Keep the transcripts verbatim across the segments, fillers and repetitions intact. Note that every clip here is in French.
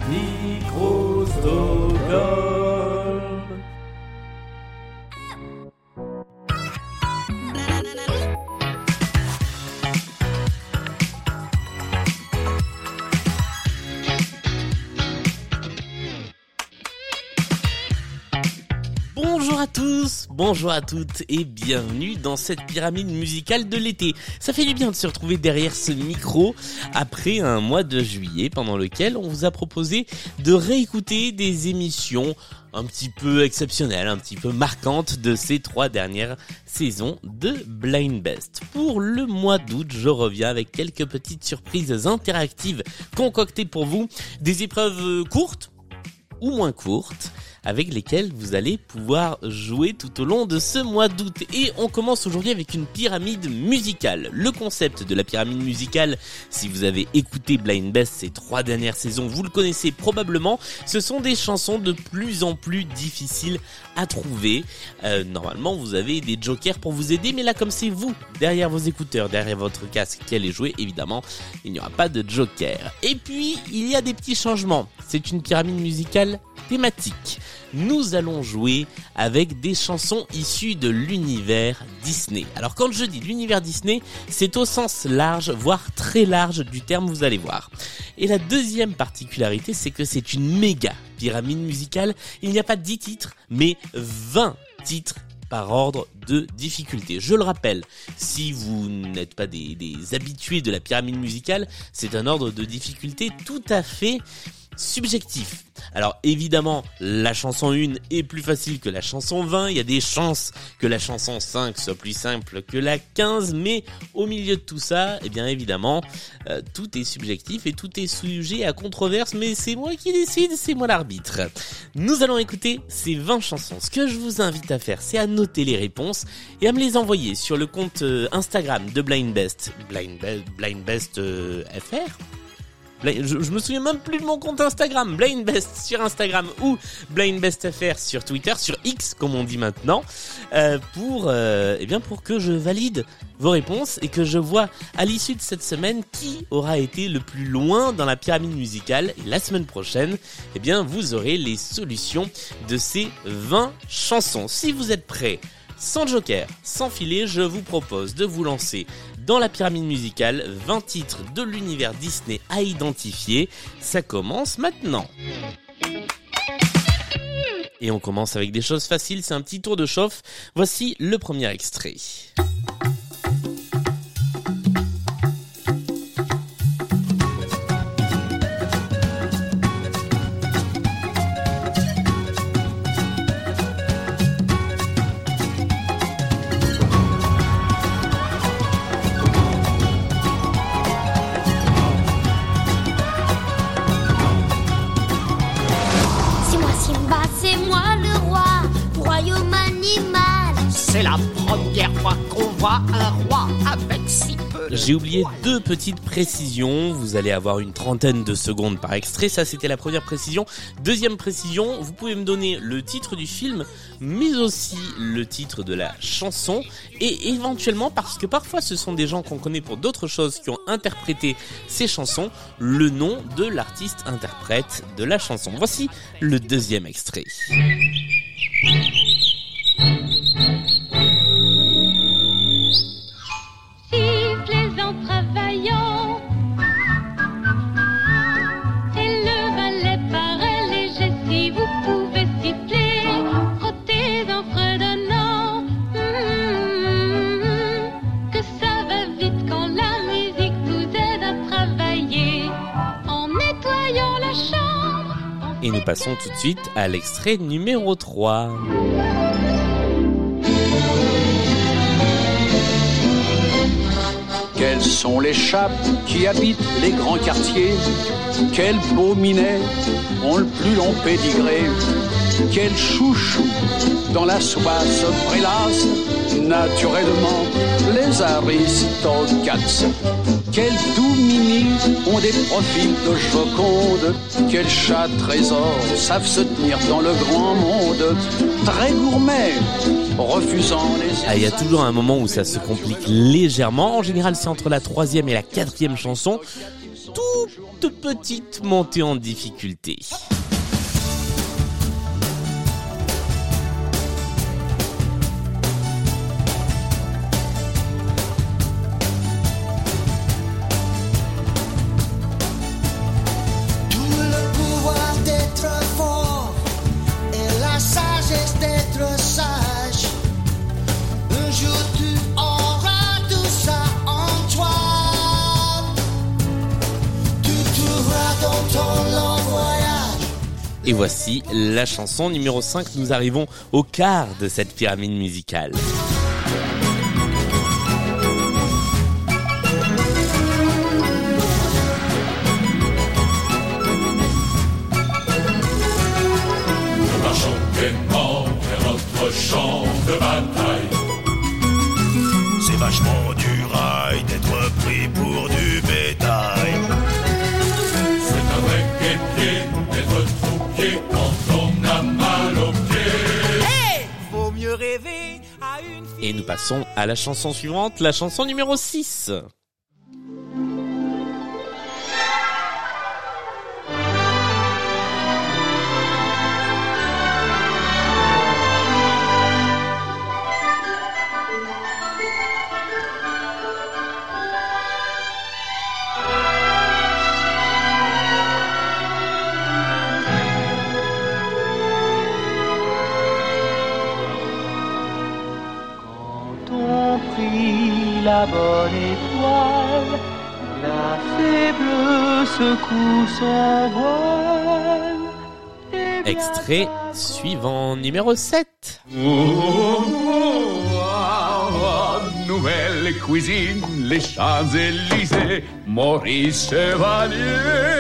Micro-Stockholm. Bonjour à tous, bonjour à toutes et bienvenue dans cette pyramide musicale de l'été. Ça fait du bien de se retrouver derrière ce micro après un mois de juillet pendant lequel on vous a proposé de réécouter des émissions un petit peu exceptionnelles, un petit peu marquantes de ces trois dernières saisons de Blind Best. Pour le mois d'août, je reviens avec quelques petites surprises interactives concoctées pour vous, des épreuves courtes ou moins courtes, avec lesquels vous allez pouvoir jouer tout au long de ce mois d'août. Et on commence aujourd'hui avec une pyramide musicale. Le concept de la pyramide musicale, si vous avez écouté Blind Best ces trois dernières saisons, vous le connaissez probablement. Ce sont des chansons de plus en plus difficiles à trouver. Euh, normalement, vous avez des jokers pour vous aider, mais là, comme c'est vous, derrière vos écouteurs, derrière votre casque qui allez jouer, évidemment, il n'y aura pas de joker. Et puis, il y a des petits changements. C'est une pyramide musicale thématique. Nous allons jouer avec des chansons issues de l'univers Disney. Alors quand je dis l'univers Disney, c'est au sens large, voire très large du terme, vous allez voir. Et la deuxième particularité, c'est que c'est une méga pyramide musicale. Il n'y a pas dix titres, mais vingt titres par ordre de difficulté. Je le rappelle, si vous n'êtes pas des, des habitués de la pyramide musicale, c'est un ordre de difficulté tout à fait subjectif. Alors évidemment, la chanson un est plus facile que la chanson vingt, il y a des chances que la chanson cinq soit plus simple que la quinze, mais au milieu de tout ça, eh bien évidemment, euh, tout est subjectif et tout est sujet à controverse, mais c'est moi qui décide, c'est moi l'arbitre. Nous allons écouter ces vingt chansons. Ce que je vous invite à faire, c'est à noter les réponses et à me les envoyer sur le compte euh, Instagram de Blind Best, Blind Best, Blind Best euh, F R. Je, je me souviens même plus de mon compte Instagram, Blind Best sur Instagram ou Blind Best F R sur Twitter, sur X comme on dit maintenant, euh, pour euh, eh bien pour que je valide vos réponses et que je vois à l'issue de cette semaine qui aura été le plus loin dans la pyramide musicale. Et la semaine prochaine, eh bien vous aurez les solutions de ces vingt chansons. Si vous êtes prêts, sans joker, sans filet, je vous propose de vous lancer dans la pyramide musicale, vingt titres de l'univers Disney à identifier. Ça commence maintenant. Et on commence avec des choses faciles, c'est un petit tour de chauffe. Voici le premier extrait. Un roi avec si peu de... J'ai oublié deux petites précisions. Vous allez avoir une trentaine de secondes par extrait. Ça, c'était la première précision. Deuxième précision, vous pouvez me donner le titre du film, mais aussi le titre de la chanson. Et éventuellement, parce que parfois ce sont des gens qu'on connaît pour d'autres choses qui ont interprété ces chansons, le nom de l'artiste interprète de la chanson. Voici le deuxième extrait. Et nous passons tout de suite à l'extrait numéro trois. Quelles sont les chapes qui habitent les grands quartiers? Quels beaux minets ont le plus long pédigré? Quel chouchou dans la soie se prélasse? Naturellement, les Aristocats. Quels doux minis ont des profils de Joconde? Quels chats trésors savent se tenir dans le grand monde? Très gourmets, refusant les... Ah, il y a toujours un moment où ça se complique légèrement. En général, c'est entre la troisième et la quatrième chanson. Toute petite montée en difficulté. Et voici la chanson numéro cinq. Nous arrivons au quart de cette pyramide musicale. Nous marchons gaiement vers notre champ de bataille. C'est vachement du rail d'être pris pour du bétail. C'est un vrai guettier d'être troupier quand on a mal aux pieds. Hey! Vaut mieux rêver à une fille. Et nous passons à la chanson suivante, la chanson numéro six. La bonne étoile, la faible secoue son voile. Extrait suivant, numéro sept. Oh, oh, oh, oh, nouvelle cuisine, les Champs-Élysées, Maurice Chevalier.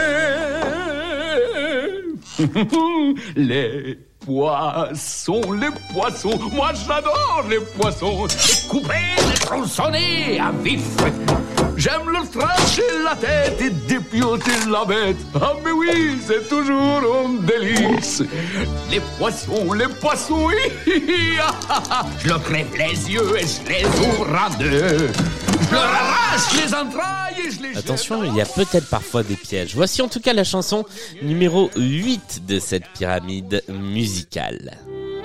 Les poissons, les poissons, moi j'adore les poissons. Les couper, les tronçonner à vif. J'aime leur trancher la tête et dépioter la bête. Ah mais oui, c'est toujours un délice. Les poissons, les poissons, je leur crève les yeux et je les ouvre en deux. Je leur arrache les entrailles et je les... Attention, il y a peut-être parfois des pièges. Voici en tout cas la chanson numéro huit de cette pyramide musicale.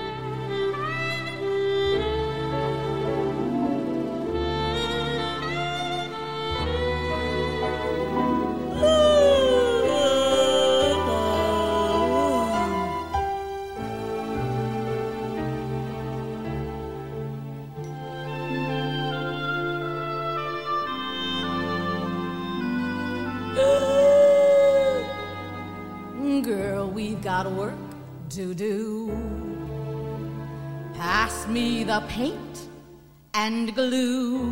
Girl, we've got work to do. Pass me the paint and glue.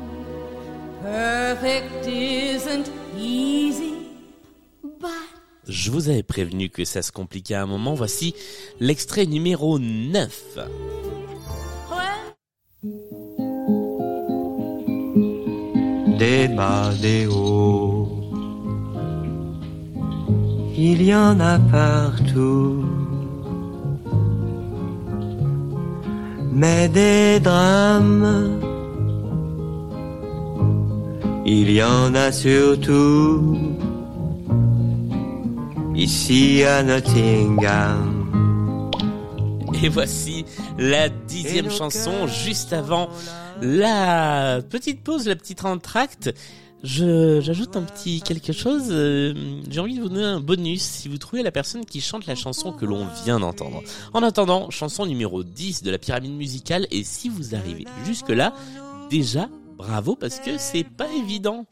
Perfect isn't easy, but... Je vous avais prévenu que ça se compliquait à un moment. Voici l'extrait numéro neuf. Des bas, des hauts, il y en a partout, mais des drames, il y en a surtout ici à Nottingham. Et voici la dixième chanson, juste avant la petite pause, la petite entracte. Je, j'ajoute un petit quelque chose, euh, j'ai envie de vous donner un bonus si vous trouvez la personne qui chante la chanson que l'on vient d'entendre. En attendant, chanson numéro dix de la pyramide musicale, et si vous arrivez jusque là, déjà, bravo parce que c'est pas évident.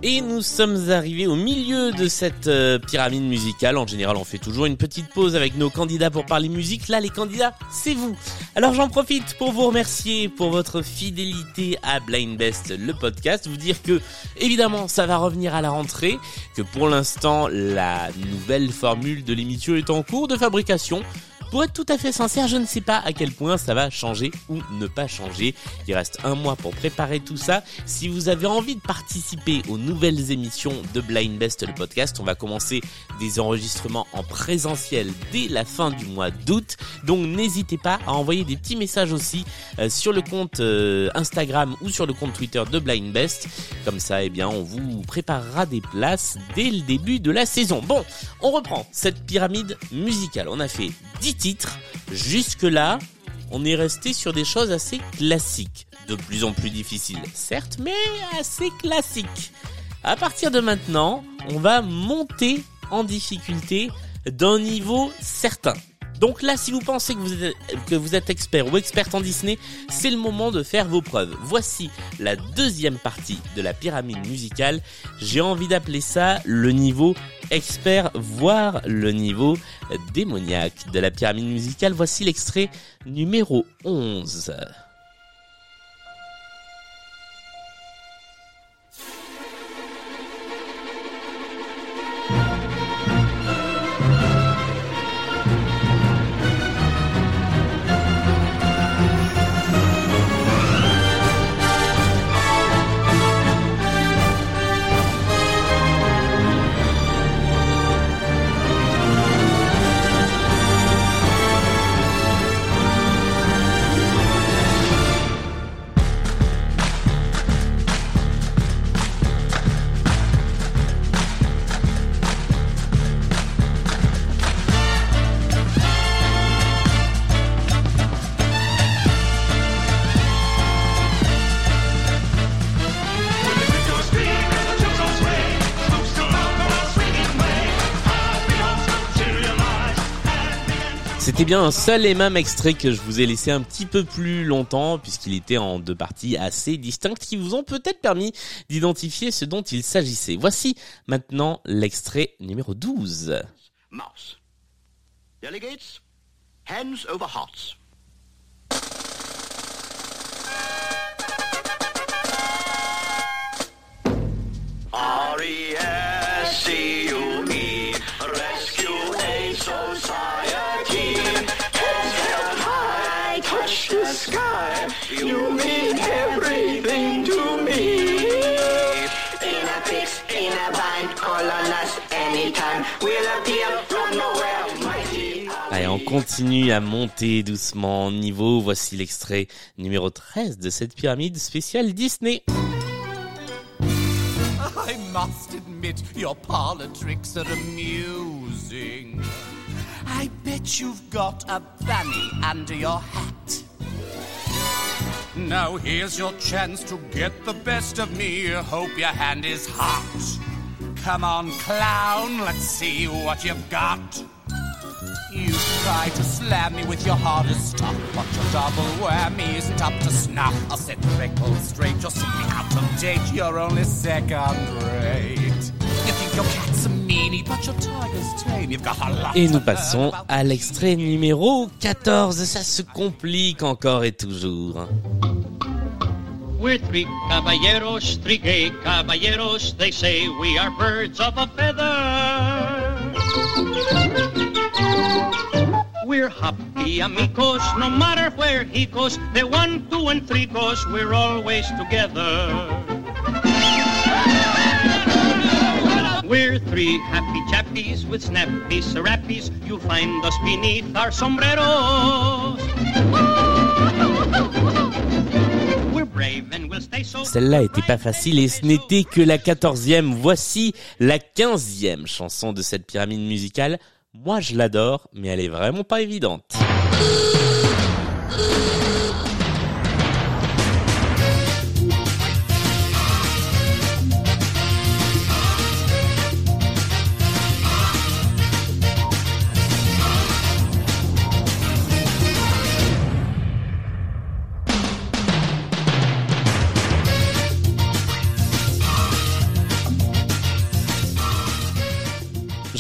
Et nous sommes arrivés au milieu de cette euh, pyramide musicale. En général, on fait toujours une petite pause avec nos candidats pour parler musique. Là, les candidats, c'est vous. Alors, j'en profite pour vous remercier pour votre fidélité à Blind Best, le podcast. Vous dire que, évidemment, ça va revenir à la rentrée. Que pour l'instant, la nouvelle formule de l'émission est en cours de fabrication. Pour être tout à fait sincère, je ne sais pas à quel point ça va changer ou ne pas changer. Il reste un mois pour préparer tout ça. Si vous avez envie de participer aux nouvelles émissions de Blind Best, le podcast, on va commencer des enregistrements en présentiel dès la fin du mois d'août. Donc n'hésitez pas à envoyer des petits messages aussi euh, sur le compte euh, Instagram ou sur le compte Twitter de Blind Best. Comme ça, eh bien, on vous préparera des places dès le début de la saison. Bon, on reprend cette pyramide musicale. On a fait dix titres. Jusque-là, on est resté sur des choses assez classiques. De plus en plus difficiles, certes, mais assez classiques. À partir de maintenant, on va monter en difficulté d'un niveau certain. Donc là, si vous pensez que vous êtes, que vous êtes expert ou experte en Disney, c'est le moment de faire vos preuves. Voici la deuxième partie de la pyramide musicale. J'ai envie d'appeler ça le niveau expert, voire le niveau démoniaque de la pyramide musicale. Voici l'extrait numéro onze. C'était bien un seul et même extrait que je vous ai laissé un petit peu plus longtemps puisqu'il était en deux parties assez distinctes qui vous ont peut-être permis d'identifier ce dont il s'agissait. Voici maintenant l'extrait numéro douze. Mouse. Delegates, hands over hearts. R E S C U E, Rescue Aid Society. Head high, touch the sky. You mean everything to me. In a fix, in a bind, call on us anytime. We'll appear from nowhere, mighty. Allez, on continue à monter doucement en niveau. Voici l'extrait numéro treize de cette pyramide spéciale Disney. I must admit your parlor tricks are amusing. I bet you've got a bunny under your hat. Now here's your chance to get the best of me. Hope your hand is hot. Come on, clown, let's see what you've got. You try to slam me with your hardest stuff, but your double whammy isn't up to snuff. I'll set the record straight, you're simply out of date. You're only second rate. You think your cat's a meanie, but your tiger's tame. You've got a lot. Et nous passons à l'extrait numéro quatorze. Ça se complique encore et toujours. We're three caballeros, three gay caballeros. They say we are birds of a feather. We're happy amigos, no matter where he goes. The one, two, and three goes, we're always together. We're three happy chappies with snappy serappies. You'll find us beneath our sombreros. We're brave and we'll stay so. Celle-là était pas facile et ce n'était que la quatorzième. Voici la quinzième chanson de cette pyramide musicale. Moi je l'adore, mais elle est vraiment pas évidente.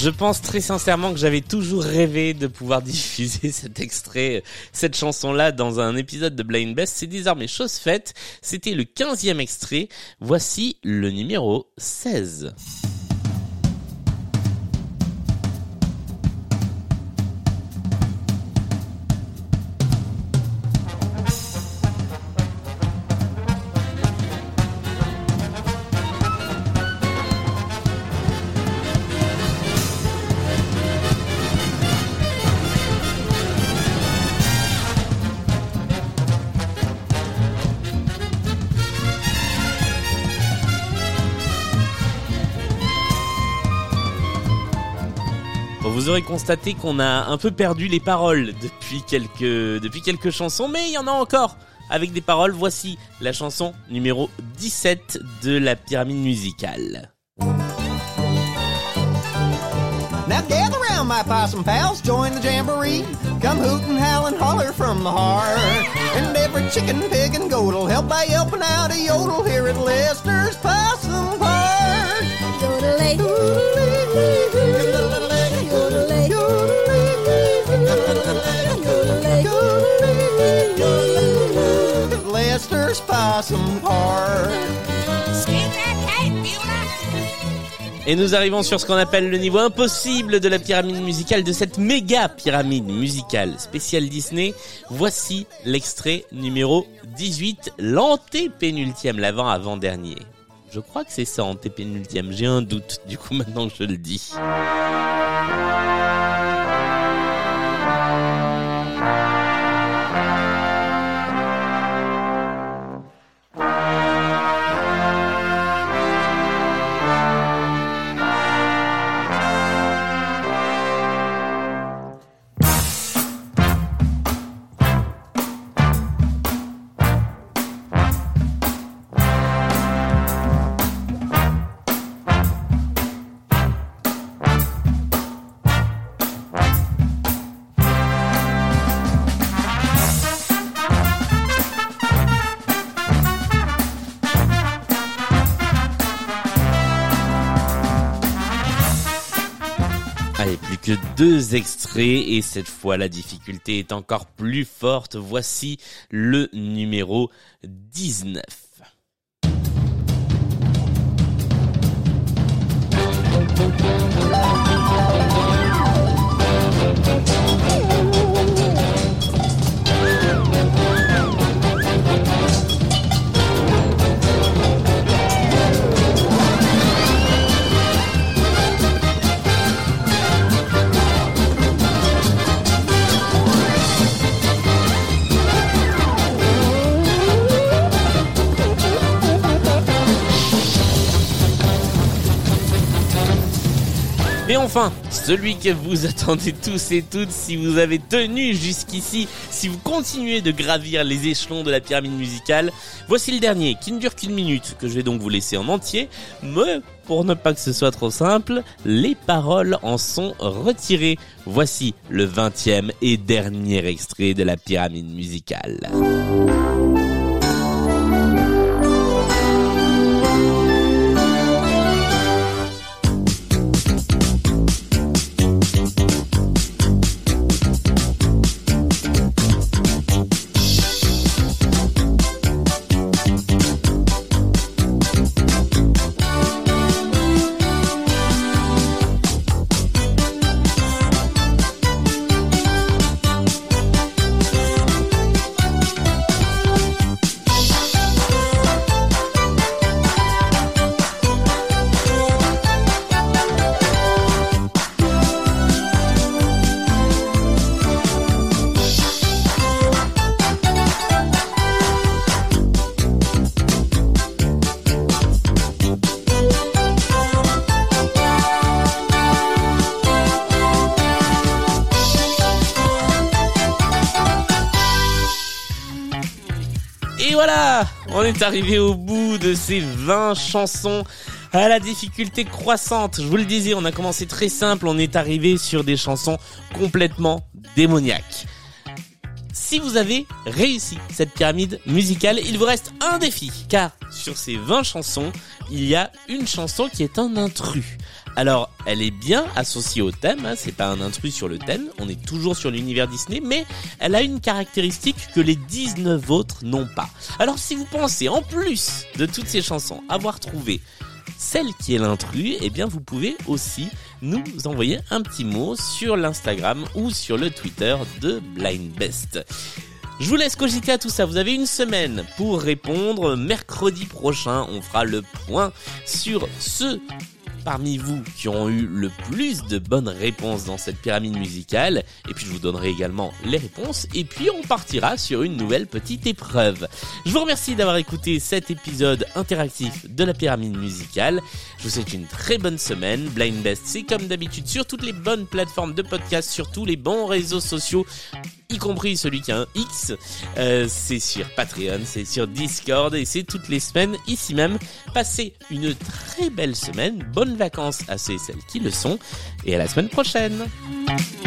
Je pense très sincèrement que j'avais toujours rêvé de pouvoir diffuser cet extrait, cette chanson-là dans un épisode de Blind Best. C'est désormais chose faite. C'était le quinzième extrait. Voici le numéro seize. Vous aurez constaté qu'on a un peu perdu les paroles depuis quelques, depuis quelques chansons, mais il y en a encore avec des paroles. Voici la chanson numéro dix-sept de la pyramide musicale. Now gather round, my possum pals, join the jamboree. Come hoot and howl and holler from the heart. And every chicken, pig, and goat'll help by helping out a yodel here at Lester's Possum Park. Yodelay, yodelay, yodelay, Lester's Possum Park. Et nous arrivons sur ce qu'on appelle le niveau impossible de la pyramide musicale, de cette méga pyramide musicale spéciale Disney. Voici l'extrait numéro dix-huit, l'antépénultième, l'avant-avant-dernier. Je crois que c'est ça, antépénultième, j'ai un doute, du coup maintenant que je le dis. Allez, plus que deux extraits et cette fois la difficulté est encore plus forte. Voici le numéro dix-neuf. Et enfin, celui que vous attendez tous et toutes, si vous avez tenu jusqu'ici, si vous continuez de gravir les échelons de la pyramide musicale, voici le dernier, qui ne dure qu'une minute, que je vais donc vous laisser en entier, mais pour ne pas que ce soit trop simple, les paroles en sont retirées. Voici le vingtième et dernier extrait de la pyramide musicale. Et voilà, on est arrivé au bout de ces vingt chansons à la difficulté croissante. Je vous le disais, on a commencé très simple, on est arrivé sur des chansons complètement démoniaques. Si vous avez réussi cette pyramide musicale, il vous reste un défi, car sur ces vingt chansons, il y a une chanson qui est un intrus. Alors, elle est bien associée au thème, hein, c'est pas un intrus sur le thème, on est toujours sur l'univers Disney, mais elle a une caractéristique que les dix-neuf autres n'ont pas. Alors si vous pensez, en plus de toutes ces chansons, avoir trouvé celle qui est l'intrus, eh bien vous pouvez aussi nous envoyer un petit mot sur l'Instagram ou sur le Twitter de Blind Best. Je vous laisse cogiter à tout ça, vous avez une semaine pour répondre. Mercredi prochain, on fera le point sur ceux parmi vous qui ont eu le plus de bonnes réponses dans cette pyramide musicale, et puis je vous donnerai également les réponses, et puis on partira sur une nouvelle petite épreuve. Je vous remercie d'avoir écouté cet épisode interactif de la pyramide musicale. Je vous souhaite une très bonne semaine. Blind Best, c'est comme d'habitude sur toutes les bonnes plateformes de podcast, sur tous les bons réseaux sociaux, y compris celui qui a un X, euh, c'est sur Patreon, c'est sur Discord, et c'est toutes les semaines ici même. Passez une très belle semaine, bonnes vacances à ceux et celles qui le sont, et à la semaine prochaine.